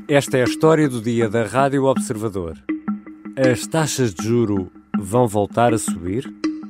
Esta é a história do dia da Rádio Observador. As taxas de juro vão voltar a subir?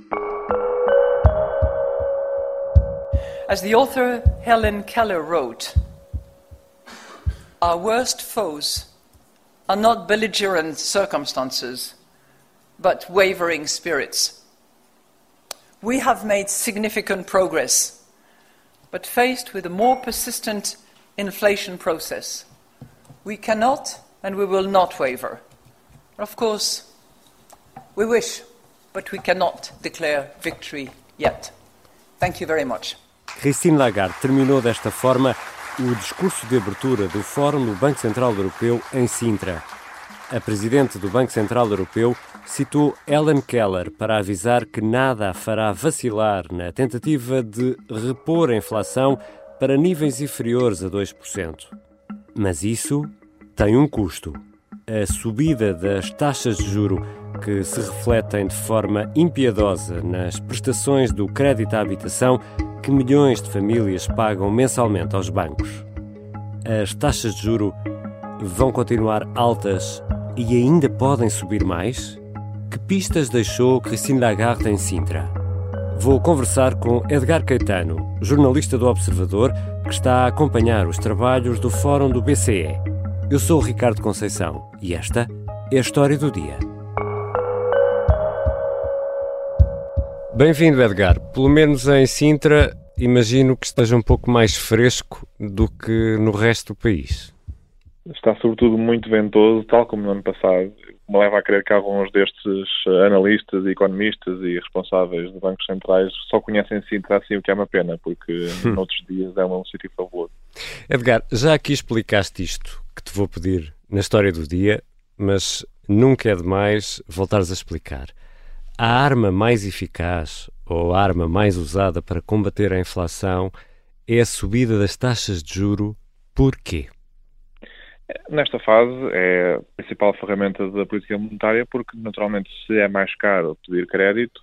As the author Helen Keller wrote, "Our worst foes are not belligerent circumstances, but wavering spirits. We have made significant progress, but faced with a more persistent inflation process, we cannot and we will not waver. Of course, we wish, but we cannot declare victory yet." Thank you very much. Christine Lagarde terminou desta forma o discurso de abertura do Fórum do Banco Central Europeu em Sintra. A presidente do Banco Central Europeu citou Helen Keller para avisar que nada a fará vacilar na tentativa de repor a inflação para níveis inferiores a 2%. Mas isso tem um custo. A subida das taxas de juro que se refletem de forma impiedosa nas prestações do crédito à habitação que milhões de famílias pagam mensalmente aos bancos. As taxas de juro vão continuar altas e ainda podem subir mais? Que pistas deixou Christine Lagarde em Sintra? Vou conversar com Edgar Caetano, jornalista do Observador, que está a acompanhar os trabalhos do Fórum do BCE. Eu sou o Ricardo Conceição e esta é a história do dia. Bem-vindo, Edgar. Pelo menos em Sintra, imagino que esteja um pouco mais fresco do que no resto do país. Está sobretudo muito ventoso, tal como no ano passado. Me leva a crer que alguns destes analistas, economistas e responsáveis de bancos centrais só conhecem Sintra assim, o que é uma pena, porque noutros dias é um sítio fabuloso. Edgar, já aqui explicaste isto que te vou pedir na história do dia, mas nunca é demais voltares a explicar. A arma mais eficaz ou a arma mais usada para combater a inflação é a subida das taxas de juro. Porquê? Nesta fase é a principal ferramenta da política monetária porque, naturalmente, se é mais caro pedir crédito,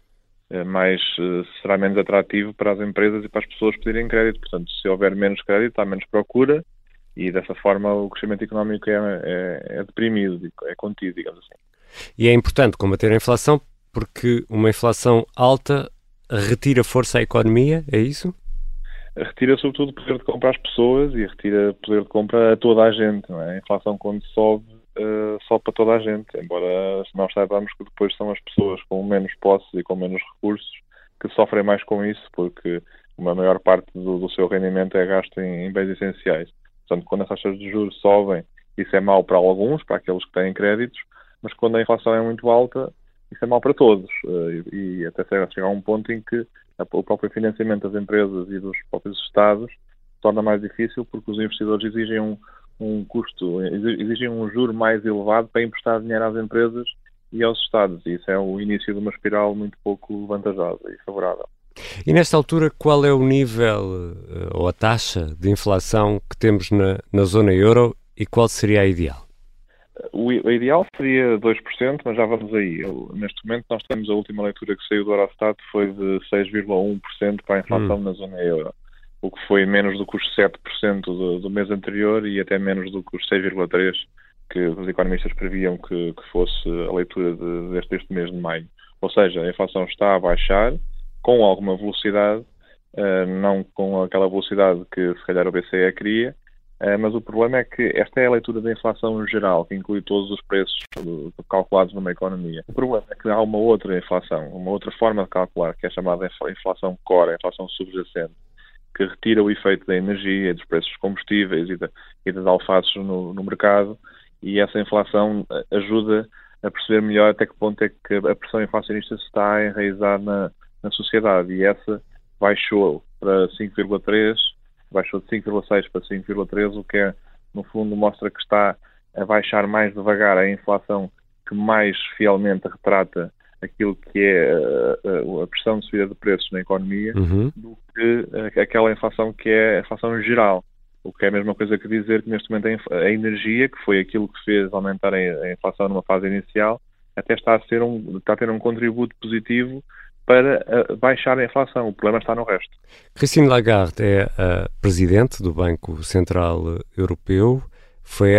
será menos atrativo para as empresas e para as pessoas pedirem crédito. Portanto, se houver menos crédito, há menos procura e, dessa forma, o crescimento económico é deprimido, é contido, digamos assim. E é importante combater a inflação porque uma inflação alta retira força à economia, é isso? Retira sobretudo o poder de compra às pessoas e retira poder de compra a toda a gente, não é? A inflação, quando sobe, sobe para toda a gente, embora nós saibamos que depois são as pessoas com menos posses e com menos recursos que sofrem mais com isso, porque uma maior parte do seu rendimento é gasto em bens essenciais. Portanto, quando as taxas de juros sobem, isso é mau para alguns, para aqueles que têm créditos, mas quando a inflação é muito alta, isso é mau para todos, e até chegar a um ponto em que o próprio financiamento das empresas e dos próprios Estados torna mais difícil porque os investidores exigem exigem um juro mais elevado para emprestar dinheiro às empresas e aos Estados, e isso é o início de uma espiral muito pouco vantajosa e favorável. E nesta altura, qual é o nível ou a taxa de inflação que temos na zona euro e qual seria a ideal? O ideal seria 2%, mas já vamos aí. Neste momento nós temos a última leitura que saiu do Eurostat, foi de 6,1% para a inflação na zona euro, o que foi menos do que os 7% do mês anterior e até menos do que os 6,3% que os economistas previam que fosse a leitura deste mês de maio. Ou seja, a inflação está a baixar com alguma velocidade, não com aquela velocidade que se calhar o BCE queria, mas o problema é que esta é a leitura da inflação geral, que inclui todos os preços calculados numa economia. O problema é que há uma outra inflação, uma outra forma de calcular, que é chamada inflação core, a inflação subjacente, que retira o efeito da energia, dos preços dos combustíveis e das alfaces no mercado, e essa inflação ajuda a perceber melhor até que ponto é que a pressão inflacionista se está a enraizar na sociedade, e essa baixou para 5,3%, baixou de 5,6 para 5,3, o que no fundo mostra que está a baixar mais devagar a inflação que mais fielmente retrata aquilo que é a pressão de subida de preços na economia, do que aquela inflação que é a inflação geral. O que é a mesma coisa que dizer que neste momento a energia, que foi aquilo que fez aumentar a inflação numa fase inicial, até está a ter um contributo positivo para baixar a inflação. O problema está no resto. Christine Lagarde é a presidente do Banco Central Europeu. Foi ela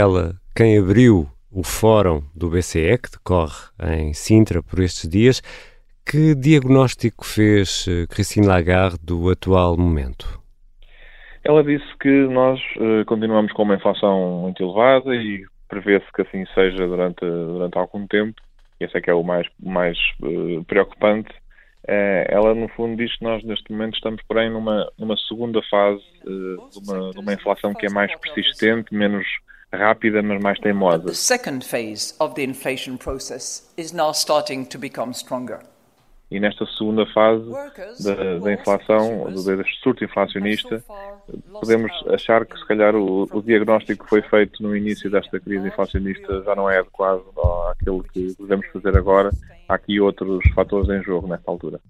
quem abriu o fórum do BCE, que decorre em Sintra por estes dias. Que diagnóstico fez Christine Lagarde do atual momento? Ela disse que nós continuamos com uma inflação muito elevada e prevê-se que assim seja durante algum tempo. Esse é que é o mais preocupante. Ela, no fundo, diz que nós, neste momento, estamos, porém, numa segunda fase de uma inflação que é mais persistente, menos rápida, mas mais teimosa. The second phase of the inflation process is now starting to become stronger. E nesta segunda fase da inflação, deste surto inflacionista, podemos achar que, se calhar, o diagnóstico que foi feito no início desta crise inflacionista já não é adequado àquilo que devemos fazer agora. Há aqui outros fatores em jogo nesta altura.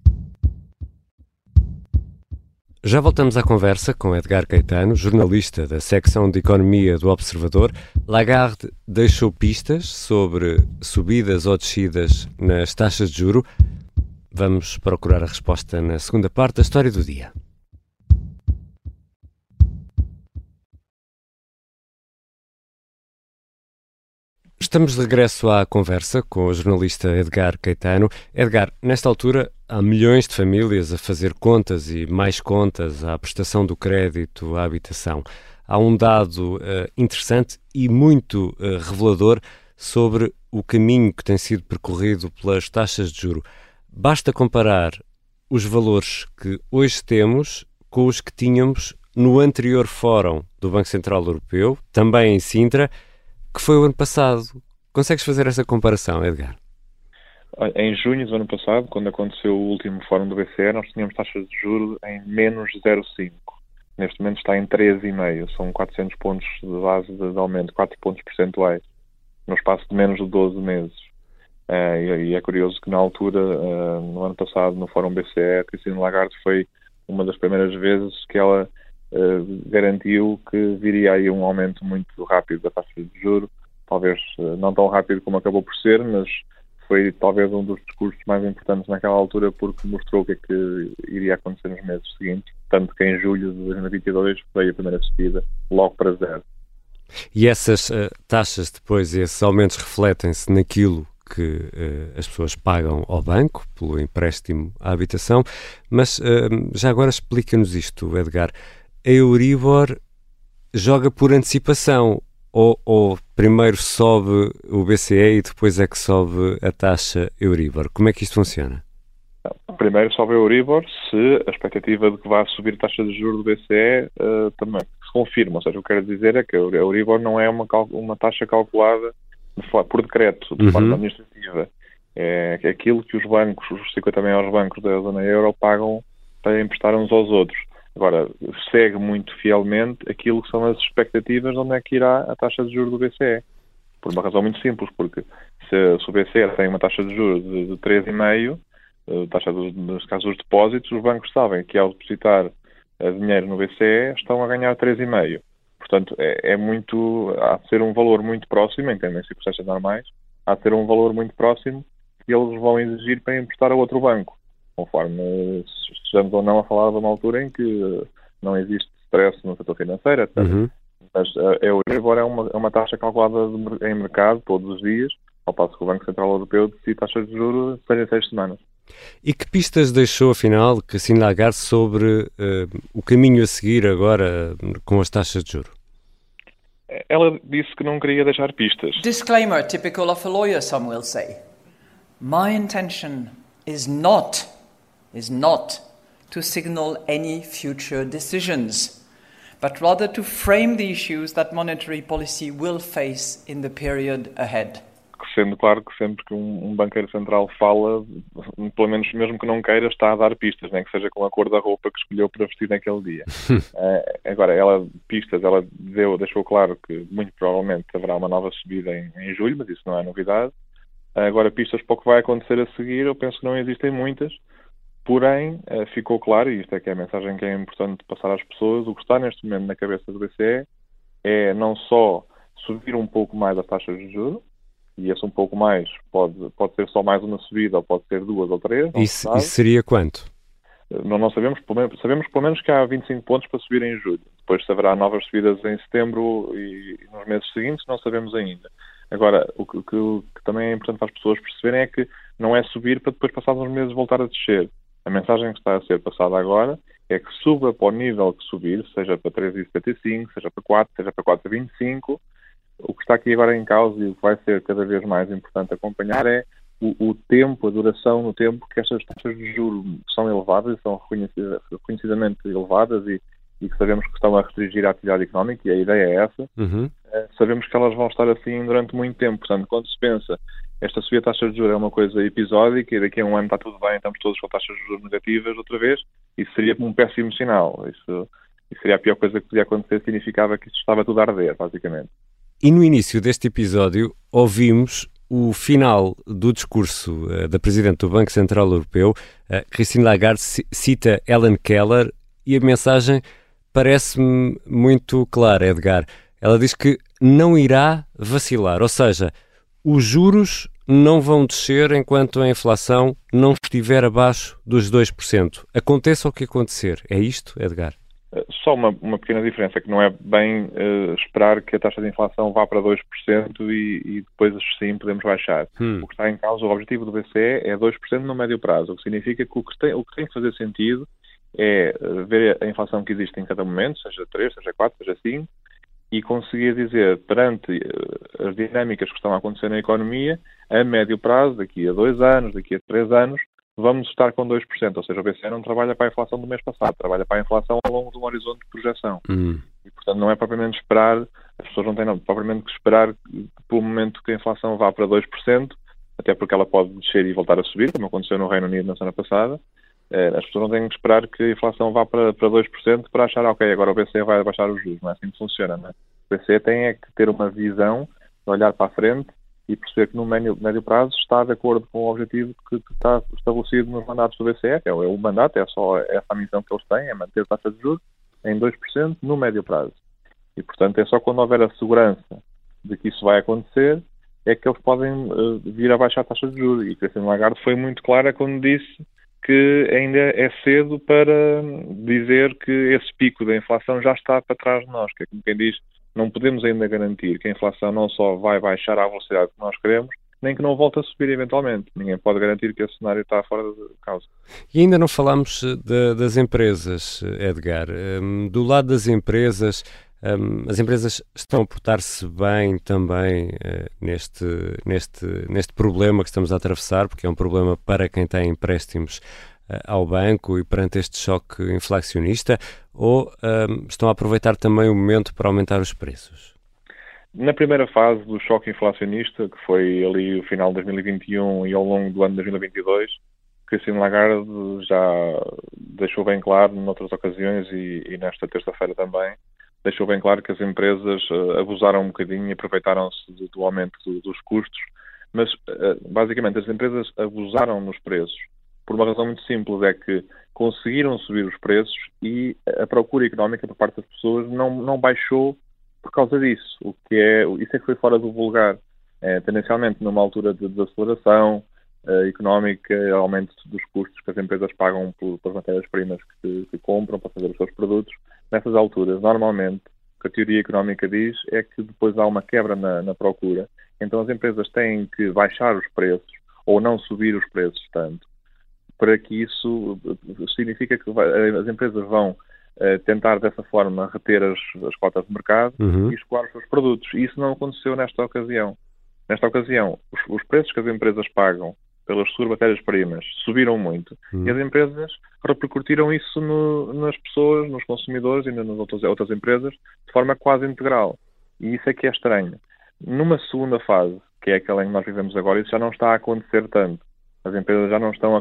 Já voltamos à conversa com Edgar Caetano, jornalista da secção de Economia do Observador. Lagarde deixou pistas sobre subidas ou descidas nas taxas de juro. Vamos procurar a resposta na segunda parte da História do Dia. Estamos de regresso à conversa com o jornalista Edgar Caetano. Edgar, nesta altura há milhões de famílias a fazer contas e mais contas à prestação do crédito à habitação. Há um dado interessante e muito revelador sobre o caminho que tem sido percorrido pelas taxas de juro. Basta comparar os valores que hoje temos com os que tínhamos no anterior Fórum do Banco Central Europeu, também em Sintra, que foi o ano passado. Consegues fazer essa comparação, Edgar? Em junho do ano passado, quando aconteceu o último Fórum do BCE, nós tínhamos taxas de juros em menos 0,5. Neste momento está em 13,5. São 400 pontos de base de aumento, 4 pontos percentuais, no espaço de menos de 12 meses. E é curioso que na altura, no ano passado, no Fórum BCE, a Christine Lagarde foi uma das primeiras vezes que ela garantiu que viria aí um aumento muito rápido da taxa de juros, talvez não tão rápido como acabou por ser, mas foi talvez um dos discursos mais importantes naquela altura, porque mostrou o que é que iria acontecer nos meses seguintes, tanto que em julho de 2022 veio a primeira subida logo para 0. E essas taxas depois, esses aumentos refletem-se naquilo que as pessoas pagam ao banco pelo empréstimo à habitação, mas já agora explica-nos isto, Edgar. A Euribor joga por antecipação ou primeiro sobe o BCE e depois é que sobe a taxa Euribor? Como é que isto funciona? Primeiro sobe a Euribor se a expectativa de que vá subir a taxa de juros do BCE também se confirma. Ou seja, o que quero dizer é que a Euribor não é uma taxa calculada por decreto, de forma administrativa. É aquilo que os bancos, os 50 maiores bancos da zona euro, pagam para emprestar uns aos outros. Agora, segue muito fielmente aquilo que são as expectativas de onde é que irá a taxa de juros do BCE. Por uma razão muito simples, porque se o BCE tem uma taxa de juros de 3,5%, neste caso dos depósitos, os bancos sabem que ao depositar dinheiro no BCE estão a ganhar 3,5%. Portanto, há de ser um valor muito próximo, entendem em circunstâncias normais, há de ser um valor muito próximo que eles vão exigir para emprestar a outro banco, conforme estejamos ou não a falar de uma altura em que não existe stress no setor financeiro, etc. Mas a Euribor é uma taxa calculada em mercado todos os dias, ao passo que o Banco Central Europeu decide taxas de juros em 6 semanas. E que pistas deixou, afinal, Christine Lagarde sobre o caminho a seguir agora com as taxas de juros? Ela disse que não queria deixar pistas. Disclaimer typical of a lawyer, some will say. My intention is not to signal any future decisions, but rather to frame the issues that monetary policy will face in the period ahead. Sendo claro que sempre que um banqueiro central fala, pelo menos mesmo que não queira, está a dar pistas, nem que seja com a cor da roupa que escolheu para vestir naquele dia. Agora, ela deixou claro que muito provavelmente haverá uma nova subida em julho, mas isso não é novidade. Agora, pistas para o que vai acontecer a seguir, eu penso que não existem muitas, porém, ficou claro, e isto é que é a mensagem que é importante passar às pessoas, o que está neste momento na cabeça do BCE é não só subir um pouco mais as taxas de juros, e esse um pouco mais pode ser só mais uma subida, ou pode ser 2 ou 3. Isso seria quanto? Não sabemos, sabemos pelo menos que há 25 pontos para subir em julho. depois se haverá novas subidas em setembro e nos meses seguintes, não sabemos ainda. Agora, o que também é importante para as pessoas perceberem é que não é subir para depois, passados uns meses, voltar a descer. A mensagem que está a ser passada agora é que suba para o nível que subir, seja para 3,75, seja para 4, seja para 4,25. O que está aqui agora em causa e o que vai ser cada vez mais importante acompanhar é o tempo, a duração no tempo que estas taxas de juros são elevadas, são reconhecidamente elevadas e que sabemos que estão a restringir a atividade económica, e a ideia é essa. Sabemos que elas vão estar assim durante muito tempo. Portanto, quando se pensa esta subida de taxas de juros é uma coisa episódica e daqui a um ano está tudo bem, estamos todos com taxas de juros negativas outra vez, isso seria como um péssimo sinal. Isso seria a pior coisa que podia acontecer, significava que isto estava tudo a arder, basicamente. E no início deste episódio ouvimos o final do discurso da Presidente do Banco Central Europeu. Christine Lagarde cita Helen Keller e a mensagem parece-me muito clara, Edgar. Ela diz que não irá vacilar, ou seja, os juros não vão descer enquanto a inflação não estiver abaixo dos 2%. Aconteça o que acontecer. É isto, Edgar? Só uma pequena diferença, que não é bem esperar que a taxa de inflação vá para 2% e depois sim podemos baixar. O que está em causa, o objetivo do BCE é 2% no médio prazo, o que significa que o que tem que fazer sentido é ver a inflação que existe em cada momento, seja 3, seja 4, seja 5, e conseguir dizer, perante as dinâmicas que estão a acontecer na economia, a médio prazo, daqui a 2 anos, daqui a 3 anos, vamos estar com 2%. Ou seja, o BCE não trabalha para a inflação do mês passado, trabalha para a inflação ao longo de um horizonte de projeção. E, portanto, não é propriamente esperar, as pessoas não têm propriamente que esperar pelo momento que a inflação vá para 2%, até porque ela pode descer e voltar a subir, como aconteceu no Reino Unido na semana passada. As pessoas não têm que esperar que a inflação vá para 2% para achar, ok, agora o BCE vai baixar os juros. Não é assim que funciona, não é? O BCE tem é que ter uma visão, olhar para a frente e perceber que no médio prazo está de acordo com o objetivo que está estabelecido nos mandatos do BCE. É o mandato, é só essa a missão que eles têm, é manter a taxa de juros em 2% no médio prazo. E, portanto, é só quando houver a segurança de que isso vai acontecer é que eles podem vir a baixar a taxa de juros. E Christine Lagarde foi muito clara quando disse que ainda é cedo para dizer que esse pico da inflação já está para trás de nós, que é como quem diz, não podemos ainda garantir que a inflação não só vai baixar à velocidade que nós queremos, nem que não volte a subir eventualmente. Ninguém pode garantir que esse cenário está fora de causa. E ainda não falámos das empresas, Edgar. Do lado das empresas, as empresas estão a portar-se bem também neste problema que estamos a atravessar, porque é um problema para quem tem empréstimos ao banco e perante este choque inflacionista, ou estão a aproveitar também o momento para aumentar os preços? Na primeira fase do choque inflacionista, que foi ali o final de 2021 e ao longo do ano de 2022, Christine Lagarde já deixou bem claro, noutras ocasiões e nesta terça-feira também, deixou bem claro que as empresas abusaram um bocadinho e aproveitaram-se do aumento dos custos, mas basicamente as empresas abusaram nos preços por uma razão muito simples, é que conseguiram subir os preços e a procura económica por parte das pessoas não baixou por causa disso. Isso é que foi fora do vulgar. Tendencialmente, numa altura de aceleração económica, aumento dos custos que as empresas pagam pelas matérias-primas que compram para fazer os seus produtos, nessas alturas, normalmente, o que a teoria económica diz é que depois há uma quebra na procura. Então as empresas têm que baixar os preços ou não subir os preços tanto, para que isso significa que as empresas vão tentar dessa forma reter as cotas de mercado e escoar os seus produtos. E isso não aconteceu nesta ocasião. Nesta ocasião, os preços que as empresas pagam pelas suas matérias-primas subiram muito e as empresas repercutiram isso nas pessoas, nos consumidores e nas outras empresas de forma quase integral. E isso é que é estranho. Numa segunda fase, que é aquela em que nós vivemos agora, isso já não está a acontecer tanto. As empresas já não estão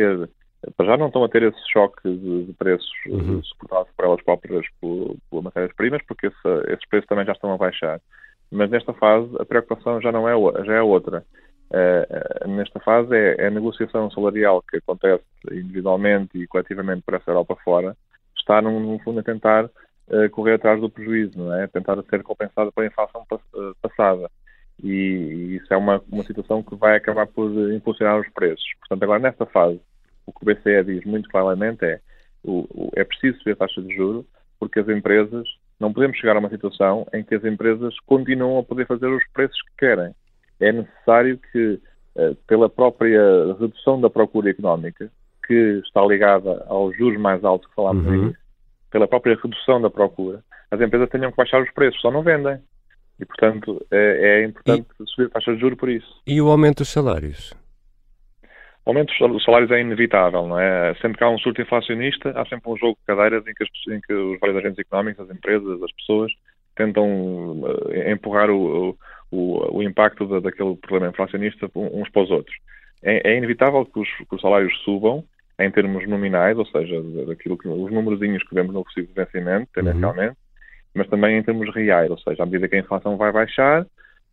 a ter esse choque de preços suportados por elas próprias por matérias-primas, porque esses preços também já estão a baixar. Mas nesta fase a preocupação já é outra. Nesta fase é a negociação salarial que acontece individualmente e coletivamente por essa Europa fora, está no fundo a tentar correr atrás do prejuízo, não é? Tentar ser compensada pela inflação passada. E isso é uma situação que vai acabar por impulsionar os preços. Portanto, agora nesta fase, o que o BCE diz muito claramente é preciso subir a taxa de juros porque as empresas Não podemos chegar a uma situação em que as empresas continuam a poder fazer os preços que querem. É necessário que, pela própria redução da procura económica, que está ligada aos juros mais altos que falámos aí, pela própria redução da procura, as empresas tenham que baixar os preços, só não vendem. E, portanto, é importante subir a taxa de juros por isso. E o aumento dos salários? O aumento dos salários é inevitável, não é? Sempre que há um surto inflacionista, há sempre um jogo de cadeiras em que os vários agentes económicos, as empresas, as pessoas, tentam empurrar o impacto daquele problema inflacionista uns para os outros. É inevitável que os salários subam em termos nominais, ou seja, os númerozinhos que vemos no recibo de vencimento, tendencialmente, mas também em termos reais, ou seja, à medida que a inflação vai baixar,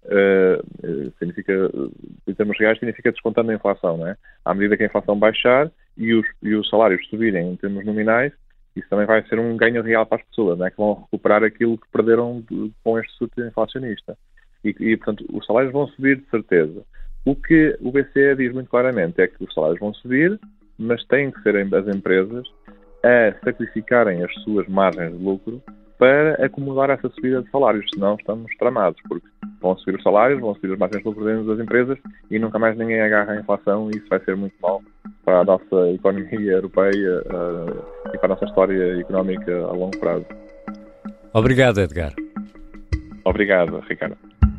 em termos reais significa descontando a inflação, não é? À medida que a inflação baixar e os salários subirem em termos nominais, isso também vai ser um ganho real para as pessoas, não é? Que vão recuperar aquilo que perderam com este surto inflacionista. E, portanto, os salários vão subir de certeza. O que o BCE diz muito claramente é que os salários vão subir, mas têm que ser as empresas a sacrificarem as suas margens de lucro para acomodar essa subida de salários, senão estamos tramados, porque vão subir os salários, vão subir as margens de lucro dentro das empresas e nunca mais ninguém agarra a inflação, e isso vai ser muito mau para a nossa economia europeia e para a nossa história económica a longo prazo. Obrigado, Edgar. Obrigado, Ricardo.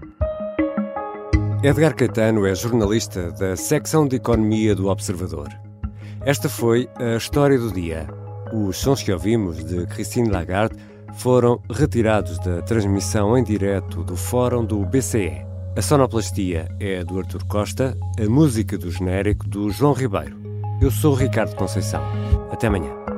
Edgar Caetano é jornalista da secção de Economia do Observador. Esta foi a história do dia. Os sons que ouvimos de Christine Lagarde foram retirados da transmissão em direto do Fórum do BCE. A sonoplastia é do Artur Costa, a música do genérico do João Ribeiro. Eu sou o Ricardo Conceição. Até amanhã.